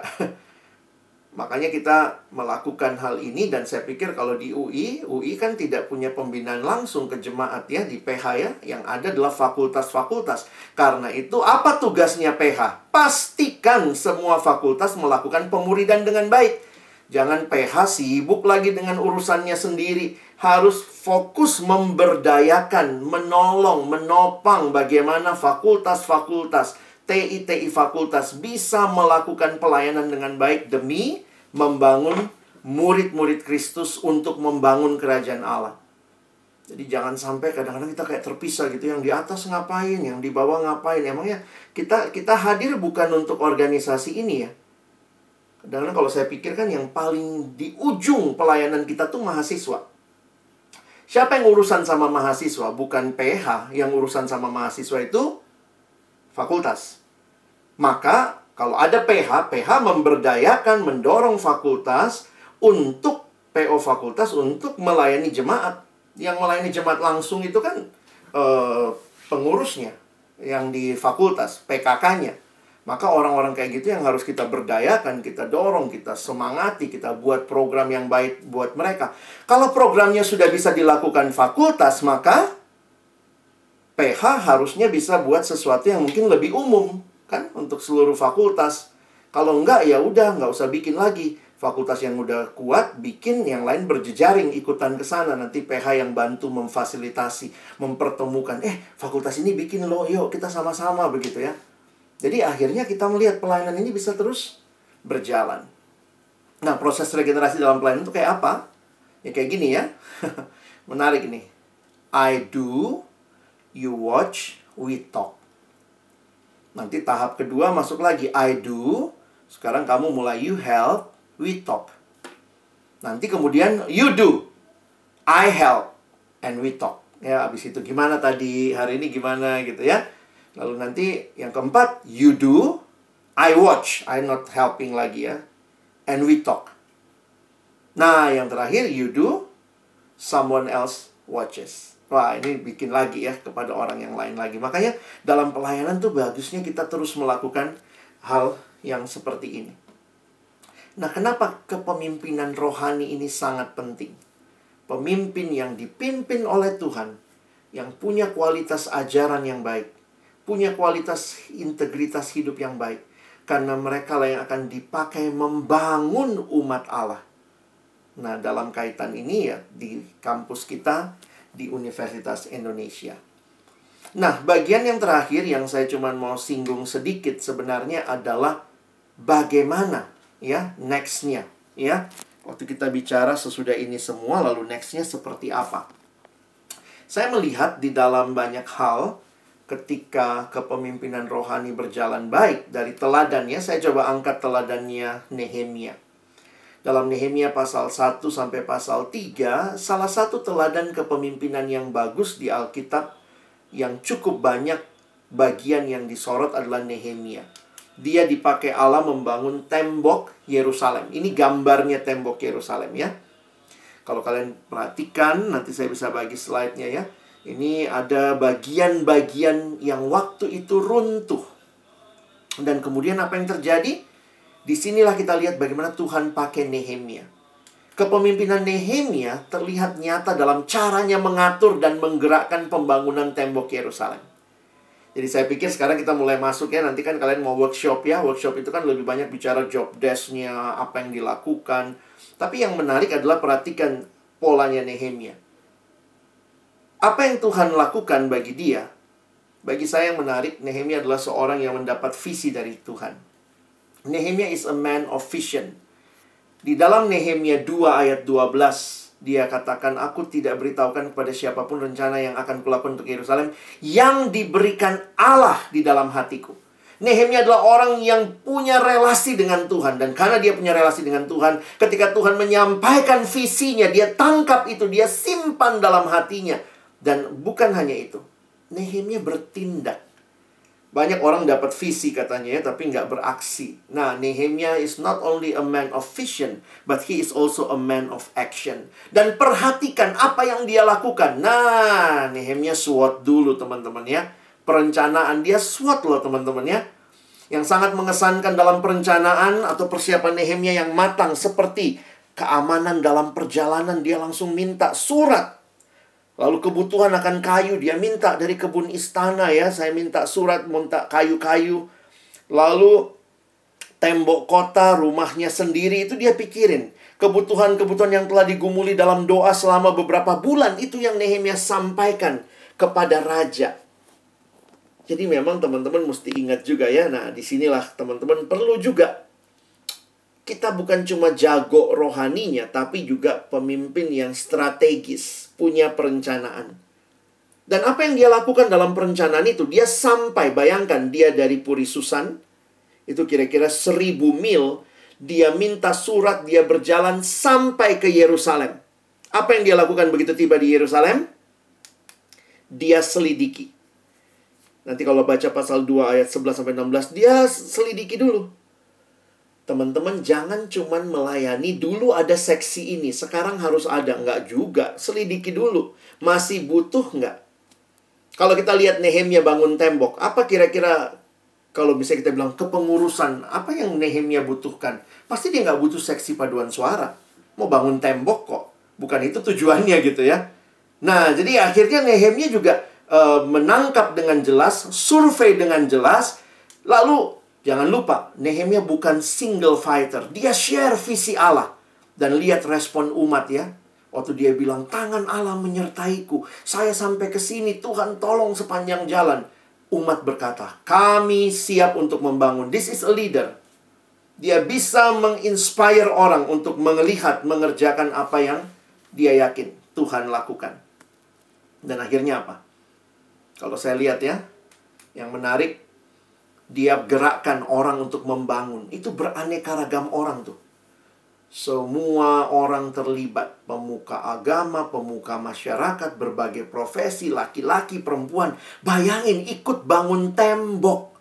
Makanya kita melakukan hal ini. Dan saya pikir kalau di UI kan tidak punya pembinaan langsung ke jemaat ya. Di PH ya. Yang ada adalah fakultas-fakultas. Karena itu apa tugasnya PH? Pastikan semua fakultas melakukan pemuridan dengan baik. Jangan PH sibuk lagi dengan urusannya sendiri. Harus fokus memberdayakan, menolong, menopang bagaimana fakultas-fakultas, TI fakultas bisa melakukan pelayanan dengan baik demi membangun murid-murid Kristus untuk membangun kerajaan Allah. Jadi jangan sampai kadang-kadang kita kayak terpisah gitu. Yang di atas ngapain, yang di bawah ngapain. Emangnya kita hadir bukan untuk organisasi ini ya. Kadang-kadang kalau saya pikirkan yang paling di ujung pelayanan kita tuh mahasiswa. Siapa yang urusan sama mahasiswa? Bukan PH. Yang urusan sama mahasiswa itu fakultas. Maka Kalau ada PH, PH memberdayakan, mendorong fakultas untuk PO fakultas untuk melayani jemaat. Yang melayani jemaat langsung itu kan pengurusnya yang di fakultas, PKK-nya. Maka orang-orang kayak gitu yang harus kita berdayakan, kita dorong, kita semangati, kita buat program yang baik buat mereka. Kalau programnya sudah bisa dilakukan fakultas, maka PH harusnya bisa buat sesuatu yang mungkin lebih umum, kan, untuk seluruh fakultas. Kalau enggak, ya udah, nggak usah bikin lagi. Fakultas yang udah kuat, bikin yang lain berjejaring ikutan ke sana. Nanti PH yang bantu memfasilitasi, mempertemukan. Fakultas ini bikin loh, yuk kita sama-sama, begitu ya. Jadi akhirnya kita melihat pelayanan ini bisa terus berjalan. Nah, proses regenerasi dalam pelayanan itu kayak apa? Ya kayak gini ya. Menarik nih. I do, you watch, we talk. Nanti tahap kedua masuk lagi. I do. Sekarang kamu mulai you help, we talk. Nanti kemudian you do, I help, and we talk. Ya, habis itu gimana tadi, hari ini gimana gitu ya. Lalu nanti yang keempat, you do, I watch, I not helping lagi ya, and we talk. Nah, yang terakhir, you do, someone else watches. Wah, ini bikin lagi ya kepada orang yang lain lagi. Makanya dalam pelayanan tuh bagusnya kita terus melakukan hal yang seperti ini. Nah, kenapa kepemimpinan rohani ini sangat penting? Pemimpin yang dipimpin oleh Tuhan, yang punya kualitas ajaran yang baik, punya kualitas integritas hidup yang baik. Karena mereka lah yang akan dipakai membangun umat Allah. Nah, dalam kaitan ini ya, di kampus kita, di Universitas Indonesia. Nah, bagian yang terakhir yang saya cuma mau singgung sedikit sebenarnya adalah bagaimana ya next-nya ya. Waktu kita bicara sesudah ini semua, lalu next-nya seperti apa. Saya melihat di dalam banyak hal ketika kepemimpinan rohani berjalan baik. Dari teladannya, saya coba angkat teladannya Nehemia. Dalam Nehemia pasal 1 sampai pasal 3, salah satu teladan kepemimpinan yang bagus di Alkitab yang cukup banyak bagian yang disorot adalah Nehemia. Dia dipakai Allah membangun tembok Yerusalem. Ini gambarnya tembok Yerusalem ya. Kalau kalian perhatikan, nanti saya bisa bagi slide-nya ya. Ini ada bagian-bagian yang waktu itu runtuh. Dan kemudian apa yang terjadi? Disinilah kita lihat bagaimana Tuhan pakai Nehemia. Kepemimpinan Nehemia terlihat nyata dalam caranya mengatur dan menggerakkan pembangunan tembok Yerusalem. Jadi saya pikir sekarang kita mulai masuk ya. Nanti kan kalian mau workshop ya. Workshop itu kan lebih banyak bicara job desk-nya, apa yang dilakukan. Tapi yang menarik adalah perhatikan polanya Nehemia. Apa yang Tuhan lakukan bagi dia? Bagi saya yang menarik, Nehemia adalah seorang yang mendapat visi dari Tuhan. Nehemia is a man of vision. Di dalam Nehemia 2 ayat 12, dia katakan, aku tidak beritahukan kepada siapapun rencana yang akan kulakukan untuk Yerusalem yang diberikan Allah di dalam hatiku. Nehemia adalah orang yang punya relasi dengan Tuhan. Dan karena dia punya relasi dengan Tuhan, ketika Tuhan menyampaikan visinya, dia tangkap itu, dia simpan dalam hatinya. Dan bukan hanya itu, Nehemia bertindak. Banyak orang dapat visi katanya ya, tapi nggak beraksi. Nah, Nehemia is not only a man of vision, but he is also a man of action. Dan perhatikan apa yang dia lakukan. Nah, Nehemia SWOT dulu teman-teman ya. Perencanaan dia SWOT loh teman-teman ya. Yang sangat mengesankan dalam perencanaan atau persiapan Nehemia yang matang. Seperti keamanan dalam perjalanan, dia langsung minta surat. Lalu kebutuhan akan kayu, dia minta dari kebun istana ya. Saya minta surat, minta kayu-kayu. Lalu tembok kota, rumahnya sendiri, itu dia pikirin. Kebutuhan-kebutuhan yang telah digumuli dalam doa selama beberapa bulan, itu yang Nehemia sampaikan kepada raja. Jadi memang teman-teman mesti ingat juga ya. Nah, disinilah teman-teman perlu juga. Kita bukan cuma jago rohaninya, tapi juga pemimpin yang strategis, punya perencanaan. Dan apa yang dia lakukan dalam perencanaan itu, dia sampai, bayangkan, dia dari Puri Susan, itu kira-kira 1000 mil, dia minta surat, dia berjalan sampai ke Yerusalem. Apa yang dia lakukan begitu tiba di Yerusalem? Dia selidiki. Nanti kalau baca pasal 2 ayat 11-16, dia selidiki dulu. Teman-teman jangan cuman melayani, dulu ada seksi ini, sekarang harus ada. Enggak juga, selidiki dulu. Masih butuh enggak? Kalau kita lihat Nehemia bangun tembok, apa kira-kira kalau bisa kita bilang kepengurusan, apa yang Nehemia butuhkan? Pasti dia nggak butuh seksi paduan suara. Mau bangun tembok kok. Bukan itu tujuannya gitu ya. Nah, jadi akhirnya Nehemia juga menangkap dengan jelas, survei dengan jelas. Lalu, jangan lupa, Nehemia bukan single fighter. Dia share visi Allah. Dan lihat respon umat ya. Waktu dia bilang, tangan Allah menyertaiku. Saya sampai ke sini, Tuhan tolong sepanjang jalan. Umat berkata, kami siap untuk membangun. This is a leader. Dia bisa menginspire orang untuk melihat, mengerjakan apa yang dia yakin Tuhan lakukan. Dan akhirnya apa? Kalau saya lihat ya, yang menarik, dia gerakkan orang untuk membangun. Itu beraneka ragam orang tuh. Semua orang terlibat. Pemuka agama, pemuka masyarakat, berbagai profesi, laki-laki, perempuan. Bayangin ikut bangun tembok.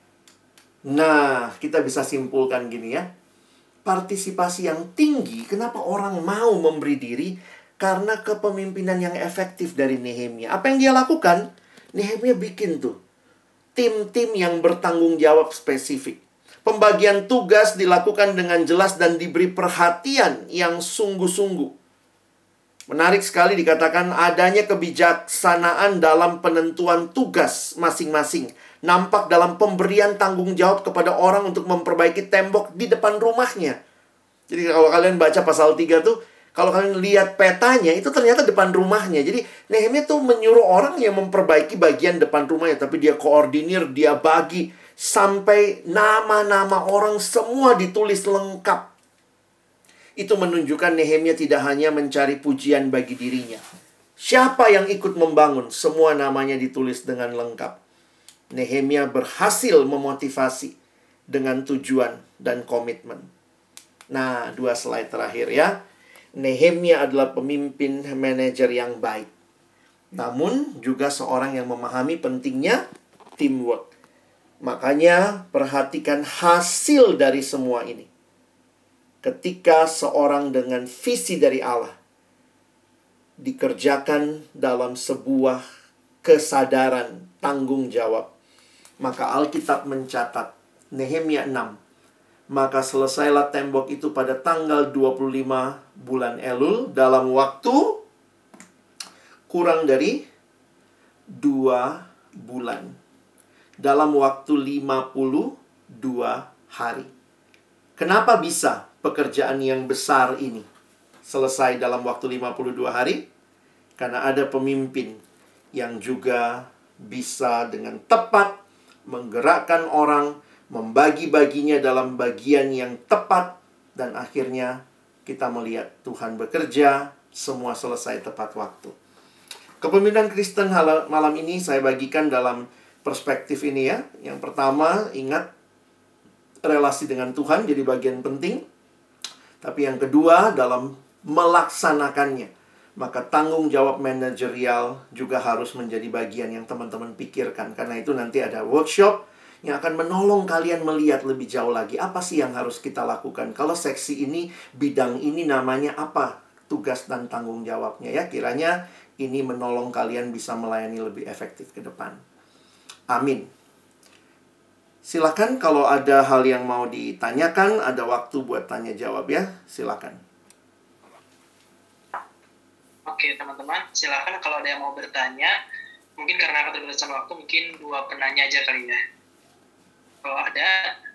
Nah, kita bisa simpulkan gini ya. Partisipasi yang tinggi, kenapa orang mau memberi diri? Karena kepemimpinan yang efektif dari Nehemia. Apa yang dia lakukan? Nehemia bikin tuh tim-tim yang bertanggung jawab spesifik. Pembagian tugas dilakukan dengan jelas dan diberi perhatian yang sungguh-sungguh. Menarik sekali dikatakan adanya kebijaksanaan dalam penentuan tugas masing-masing. Nampak dalam pemberian tanggung jawab kepada orang untuk memperbaiki tembok di depan rumahnya. Jadi kalau kalian baca pasal 3 tuh, kalau kalian lihat petanya, itu ternyata depan rumahnya. Jadi Nehemia tuh menyuruh orang yang memperbaiki bagian depan rumahnya. Tapi dia koordinir, dia bagi. Sampai nama-nama orang semua ditulis lengkap. Itu menunjukkan Nehemia tidak hanya mencari pujian bagi dirinya. Siapa yang ikut membangun, semua namanya ditulis dengan lengkap. Nehemia berhasil memotivasi dengan tujuan dan komitmen. Nah, 2 slide terakhir ya. Nehemia adalah pemimpin manajer yang baik. Namun juga seorang yang memahami pentingnya teamwork. Makanya perhatikan hasil dari semua ini. Ketika seorang dengan visi dari Allah dikerjakan dalam sebuah kesadaran tanggung jawab, maka Alkitab mencatat Nehemia 6. Maka selesailah tembok itu pada tanggal 25 bulan Elul dalam waktu kurang dari 2 bulan. Dalam waktu 52 hari. Kenapa bisa pekerjaan yang besar ini selesai dalam waktu 52 hari? Karena ada pemimpin yang juga bisa dengan tepat menggerakkan orang, membagi-baginya dalam bagian yang tepat, dan akhirnya kita melihat Tuhan bekerja, semua selesai tepat waktu. Kepemimpinan Kristen malam ini saya bagikan dalam perspektif ini ya. Yang pertama, ingat relasi dengan Tuhan jadi bagian penting. Tapi yang kedua, dalam melaksanakannya, maka tanggung jawab manajerial juga harus menjadi bagian yang teman-teman pikirkan. Karena itu nanti ada workshop yang akan menolong kalian melihat lebih jauh lagi. Apa sih yang harus kita lakukan? Kalau seksi ini, bidang ini namanya apa? Tugas dan tanggung jawabnya ya. Kiranya ini menolong kalian bisa melayani lebih efektif ke depan. Amin. Silakan kalau ada hal yang mau ditanyakan, ada waktu buat tanya jawab ya. Silakan. Oke teman-teman, silakan kalau ada yang mau bertanya. Mungkin karena keterbatasan waktu, mungkin 2 penanya aja kali ya. Kalau ada,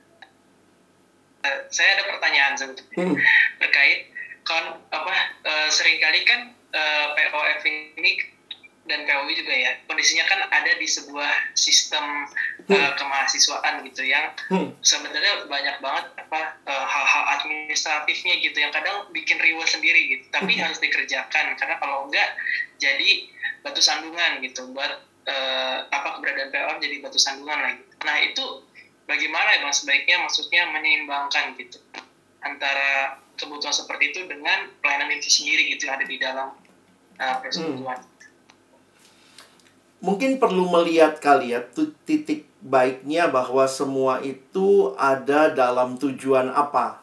saya ada pertanyaan sebetulnya terkait seringkali kan POF ini dan POI juga ya, kondisinya kan ada di sebuah sistem kemahasiswaan gitu yang sebenarnya banyak banget hal-hal administratifnya gitu yang kadang bikin riweh sendiri gitu, tapi harus dikerjakan karena kalau enggak jadi batu sandungan gitu buat keberadaan POF jadi batu sandungan lagi. Nah itu bagaimana ya Bang sebaiknya maksudnya menyeimbangkan gitu antara kebutuhan seperti itu dengan pelayanan itu sendiri gitu yang ada di dalam persekutuan. mungkin perlu melihat kali ya, titik baiknya bahwa semua itu ada dalam tujuan apa.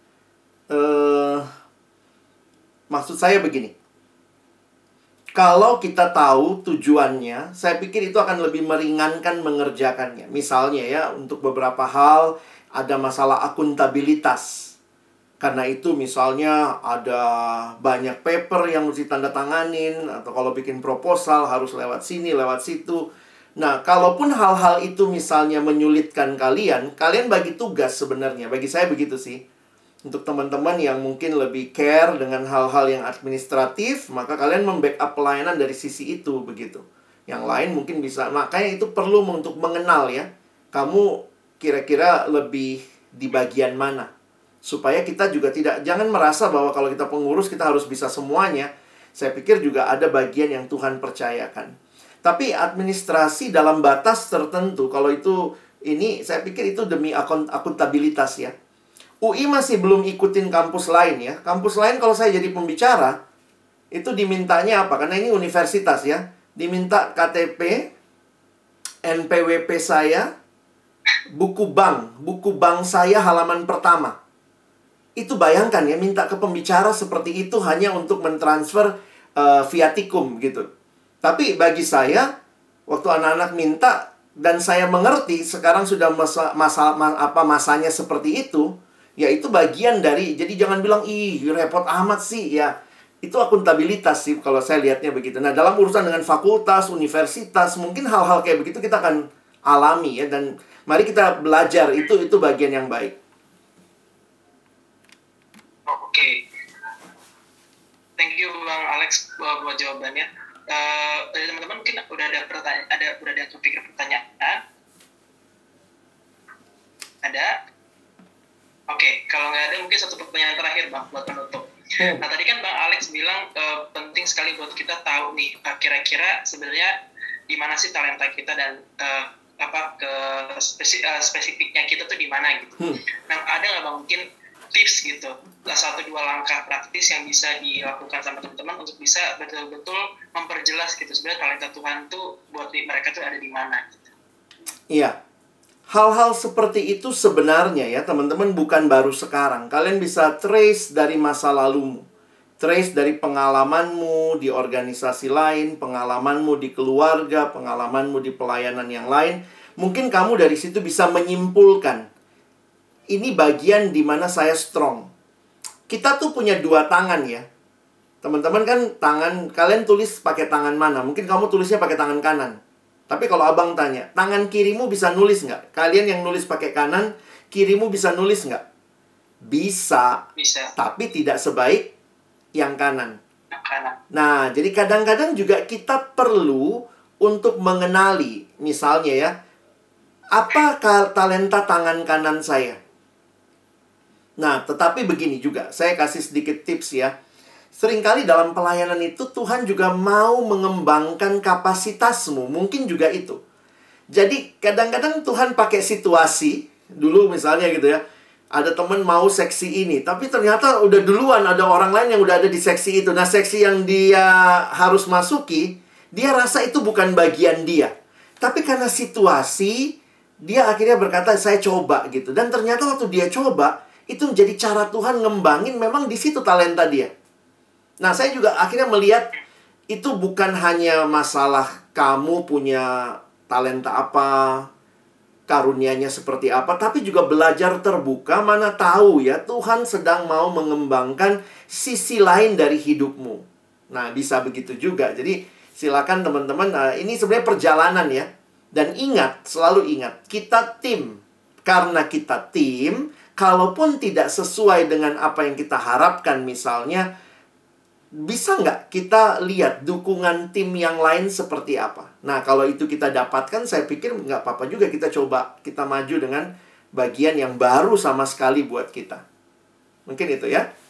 Maksud saya begini. Kalau kita tahu tujuannya, saya pikir itu akan lebih meringankan mengerjakannya. Misalnya ya, untuk beberapa hal ada masalah akuntabilitas. Karena itu misalnya ada banyak paper yang mesti tanda tanganin, atau kalau bikin proposal harus lewat sini, lewat situ. Nah, kalaupun hal-hal itu misalnya menyulitkan kalian, kalian bagi tugas sebenarnya. Bagi saya begitu sih. Untuk teman-teman yang mungkin lebih care dengan hal-hal yang administratif, maka kalian membackup pelayanan dari sisi itu, begitu. Yang lain mungkin bisa, makanya itu perlu untuk mengenal ya. Kamu kira-kira lebih di bagian mana? Supaya kita juga jangan merasa bahwa kalau kita pengurus kita harus bisa semuanya. Saya pikir juga ada bagian yang Tuhan percayakan. Tapi administrasi dalam batas tertentu, kalau itu, saya pikir itu demi akuntabilitas ya. UI masih belum ikutin kampus lain ya. Kampus lain kalau saya jadi pembicara, itu dimintanya apa? Karena ini universitas ya. Diminta KTP, NPWP saya, buku bank saya halaman pertama. Itu bayangkan ya, minta ke pembicara seperti itu hanya untuk mentransfer viatikum gitu. Tapi bagi saya, waktu anak-anak minta, dan saya mengerti sekarang sudah masanya seperti itu, ya itu bagian dari, jadi jangan bilang, ih repot amat sih, ya itu akuntabilitas sih kalau saya lihatnya begitu. Nah, dalam urusan dengan fakultas, universitas, mungkin hal-hal kayak begitu kita akan alami ya, dan mari kita belajar, itu bagian yang baik. Oke. Thank you Bang Alex buat jawabannya. Dari teman-teman mungkin udah ada pertanyaan, udah ada kepikir pertanyaan? Ada? Oke, kalau nggak ada mungkin satu pertanyaan terakhir Bang buat penutup. Nah tadi kan Bang Alex bilang penting sekali buat kita tahu nih kira-kira sebenarnya di mana sih talenta kita dan spesifiknya kita tuh di mana gitu. Nah ada nggak Bang mungkin tips gitu, 1-2 langkah praktis yang bisa dilakukan sama teman-teman untuk bisa betul-betul memperjelas gitu sebenarnya talenta Tuhan tuh buat mereka tuh ada di mana gitu. Iya. Hal-hal seperti itu sebenarnya ya teman-teman bukan baru sekarang. Kalian bisa trace dari masa lalumu. Trace dari pengalamanmu di organisasi lain, pengalamanmu di keluarga, pengalamanmu di pelayanan yang lain. Mungkin kamu dari situ bisa menyimpulkan, ini bagian di mana saya strong. Kita tuh punya 2 tangan ya. Teman-teman kan kalian tulis pakai tangan mana? Mungkin kamu tulisnya pakai tangan kanan. Tapi kalau abang tanya, tangan kirimu bisa nulis nggak? Kalian yang nulis pakai kanan, kirimu bisa nulis nggak? Bisa. Tapi tidak sebaik yang kanan. Nah, jadi kadang-kadang juga kita perlu untuk mengenali, misalnya ya, apa talenta tangan kanan saya? Nah, tetapi begini juga, saya kasih sedikit tips ya. Seringkali dalam pelayanan itu Tuhan juga mau mengembangkan kapasitasmu. Mungkin juga itu. Jadi kadang-kadang Tuhan pakai situasi. Dulu misalnya gitu ya. Ada teman mau seksi ini. Tapi ternyata udah duluan ada orang lain yang udah ada di seksi itu. Nah seksi yang dia harus masuki, dia rasa itu bukan bagian dia. Tapi karena situasi, dia akhirnya berkata saya coba gitu. Dan ternyata waktu dia coba, itu menjadi cara Tuhan ngembangin memang di situ talenta dia. Nah, saya juga akhirnya melihat itu bukan hanya masalah kamu punya talenta apa, karunianya seperti apa, tapi juga belajar terbuka, mana tahu ya Tuhan sedang mau mengembangkan sisi lain dari hidupmu. Nah, bisa begitu juga. Jadi, silakan teman-teman, ini sebenarnya perjalanan ya. Dan ingat, selalu ingat, kita tim. Karena kita tim, kalaupun tidak sesuai dengan apa yang kita harapkan misalnya, bisa nggak kita lihat dukungan tim yang lain seperti apa? Nah, kalau itu kita dapatkan, saya pikir nggak apa-apa juga kita coba, kita maju dengan bagian yang baru sama sekali buat kita. Mungkin itu ya.